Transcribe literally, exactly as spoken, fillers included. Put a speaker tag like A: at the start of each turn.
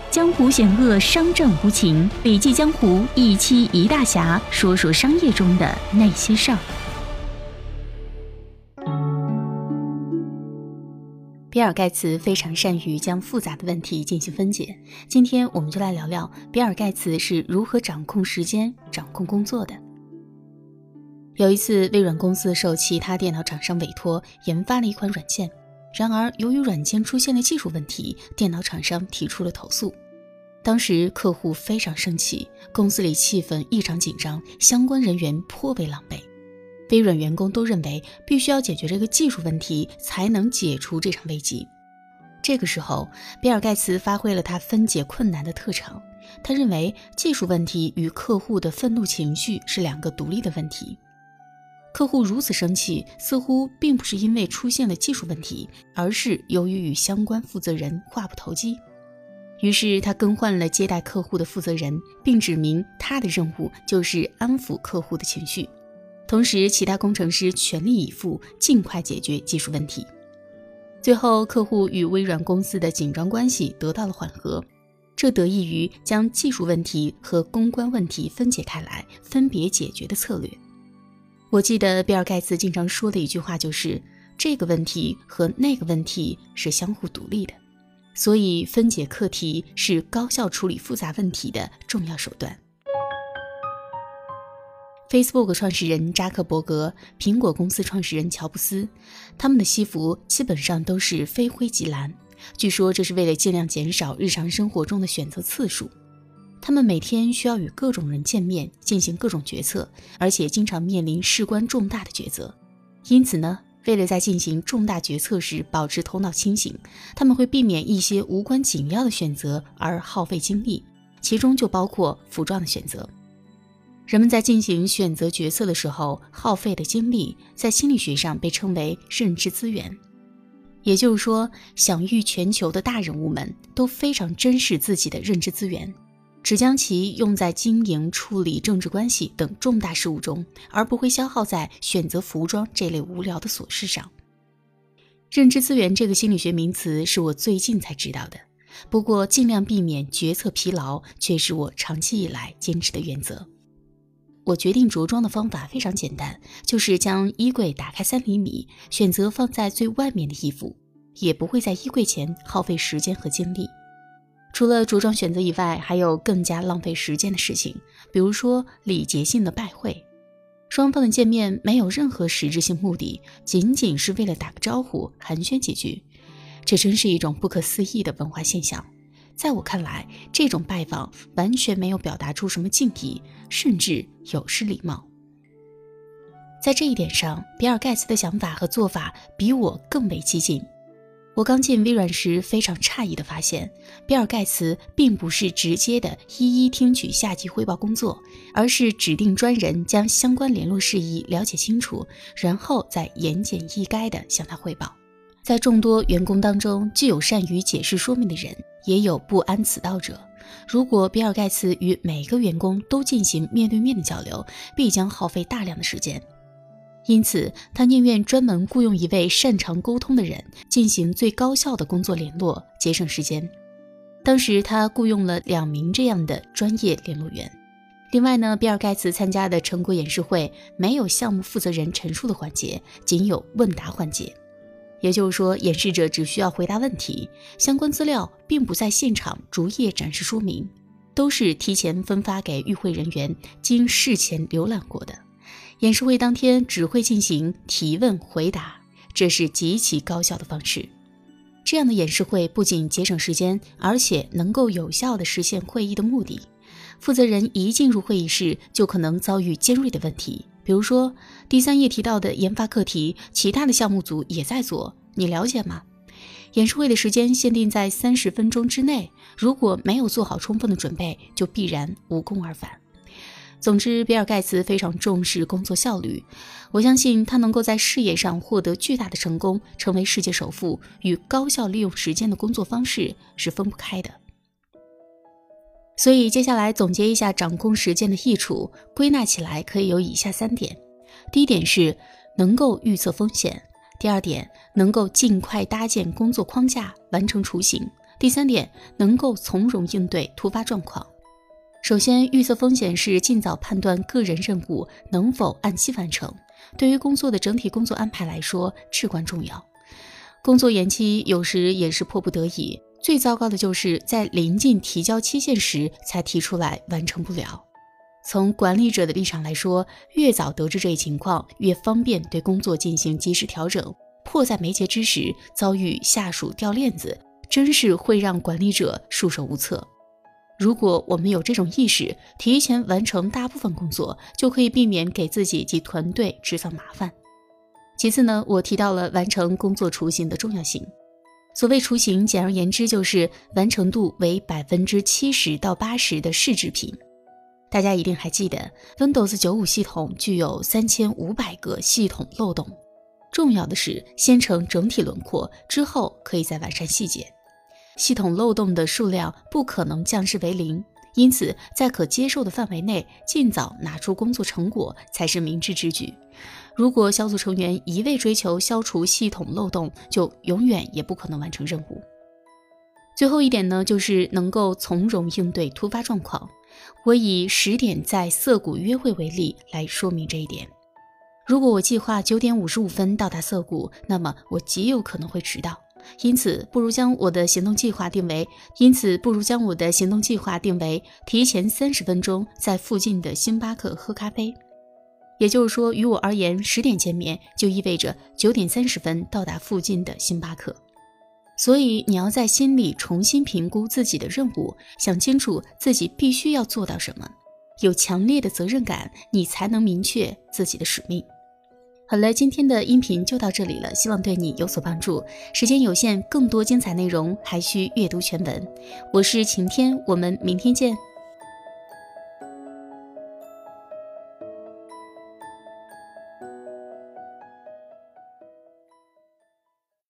A: 江湖险恶，商战无情，笔记江湖一期一大侠，说说商业中的那些事儿。比尔盖茨非常善于将复杂的问题进行分解。今天我们就来聊聊比尔盖茨是如何掌控时间、掌控工作的。有一次，微软公司受其他电脑厂商委托研发了一款软件，然而由于软件出现了技术问题，电脑厂商提出了投诉。当时客户非常生气，公司里气氛异常紧张，相关人员颇为狼狈。微软员工都认为必须要解决这个技术问题，才能解除这场危机。这个时候，比尔盖茨发挥了他分解困难的特长。他认为技术问题与客户的愤怒情绪是两个独立的问题。客户如此生气，似乎并不是因为出现了技术问题，而是由于与相关负责人话不投机。于是他更换了接待客户的负责人，并指明他的任务就是安抚客户的情绪。同时其他工程师全力以赴，尽快解决技术问题。最后客户与微软公司的紧张关系得到了缓和，这得益于将技术问题和公关问题分解开来，分别解决的策略。我记得比尔盖茨经常说的一句话就是，这个问题和那个问题是相互独立的，所以分解课题是高效处理复杂问题的重要手段。Facebook 创始人扎克伯格，苹果公司创始人乔布斯，他们的西服基本上都是非灰即蓝，据说这是为了尽量减少日常生活中的选择次数。他们每天需要与各种人见面，进行各种决策，而且经常面临事关重大的抉择。因此呢，为了在进行重大决策时保持头脑清醒，他们会避免一些无关紧要的选择而耗费精力，其中就包括服装的选择。人们在进行选择决策的时候耗费的精力，在心理学上被称为认知资源。也就是说，享誉全球的大人物们都非常珍视自己的认知资源，只将其用在经营、处理政治关系等重大事务中，而不会消耗在选择服装这类无聊的琐事上。认知资源这个心理学名词是我最近才知道的，不过尽量避免决策疲劳却是我长期以来坚持的原则。我决定着装的方法非常简单，就是将衣柜打开三厘米，选择放在最外面的衣服，也不会在衣柜前耗费时间和精力。除了着装选择以外，还有更加浪费时间的事情，比如说礼节性的拜会。双方的见面没有任何实质性目的，仅仅是为了打个招呼，寒暄几句。这真是一种不可思议的文化现象。在我看来，这种拜访完全没有表达出什么敬意，甚至有失礼貌。在这一点上，比尔盖茨的想法和做法比我更为激进。我刚进微软时非常诧异地发现，比尔盖茨并不是直接的一一听取下级汇报工作，而是指定专人将相关联络事宜了解清楚，然后再言简意赅地向他汇报。在众多员工当中，既有善于解释说明的人，也有不谙此道者。如果比尔盖茨与每个员工都进行面对面的交流，必将耗费大量的时间。因此，他宁愿专门雇佣一位擅长沟通的人，进行最高效的工作联络，节省时间。当时他雇佣了两名这样的专业联络员。另外呢，比尔盖茨参加的成果演示会没有项目负责人陈述的环节，仅有问答环节。也就是说，演示者只需要回答问题，相关资料并不在现场逐页展示说明，都是提前分发给与会人员，经事前浏览过的。演示会当天只会进行提问回答，这是极其高效的方式。这样的演示会不仅节省时间，而且能够有效地实现会议的目的。负责人一进入会议室，就可能遭遇尖锐的问题，比如说第三页提到的研发课题，其他的项目组也在做，你了解吗？演示会的时间限定在三十分钟之内，如果没有做好充分的准备，就必然无功而返。总之，比尔盖茨非常重视工作效率，我相信他能够在事业上获得巨大的成功，成为世界首富，与高效利用时间的工作方式是分不开的。所以接下来总结一下掌控时间的益处，归纳起来可以有以下三点。第一点是能够预测风险，第二点能够尽快搭建工作框架，完成雏形， 第三点，能够从容应对突发状况。首先，预测风险是尽早判断个人任务能否按期完成，对于工作的整体工作安排来说至关重要。工作延期有时也是迫不得已，最糟糕的就是在临近提交期限时才提出来完成不了。从管理者的立场来说，越早得知这一情况，越方便对工作进行及时调整，迫在眉睫之时遭遇下属掉链子，真是会让管理者束手无策。如果我们有这种意识，提前完成大部分工作，就可以避免给自己及团队制造麻烦。其次呢，我提到了完成工作雏形的重要性。所谓雏形，简而言之就是完成度为 百分之七十到八十 的试制品。大家一定还记得 Windows 九十五 系统具有三千五百个系统漏洞，重要的是先成整体轮廓，之后可以再完善细节。系统漏洞的数量不可能降至为零，因此在可接受的范围内尽早拿出工作成果才是明智之举。如果小组成员一味追求消除系统漏洞，就永远也不可能完成任务。最后一点呢，就是能够从容应对突发状况。我以十点在涩谷约会为例来说明这一点。如果我计划九点五十五分到达涩谷，那么我极有可能会迟到。因此，不如将我的行动计划定为，因此不如将我的行动计划定为提前三十分钟在附近的星巴克喝咖啡。也就是说，于我而言，十点见面就意味着九点三十分到达附近的星巴克。所以，你要在心里重新评估自己的任务，想清楚自己必须要做到什么，有强烈的责任感，你才能明确自己的使命。好了，今天的音频就到这里了，希望对你有所帮助。时间有限，更多精彩内容还需阅读全文。我是晴天，我们明天见。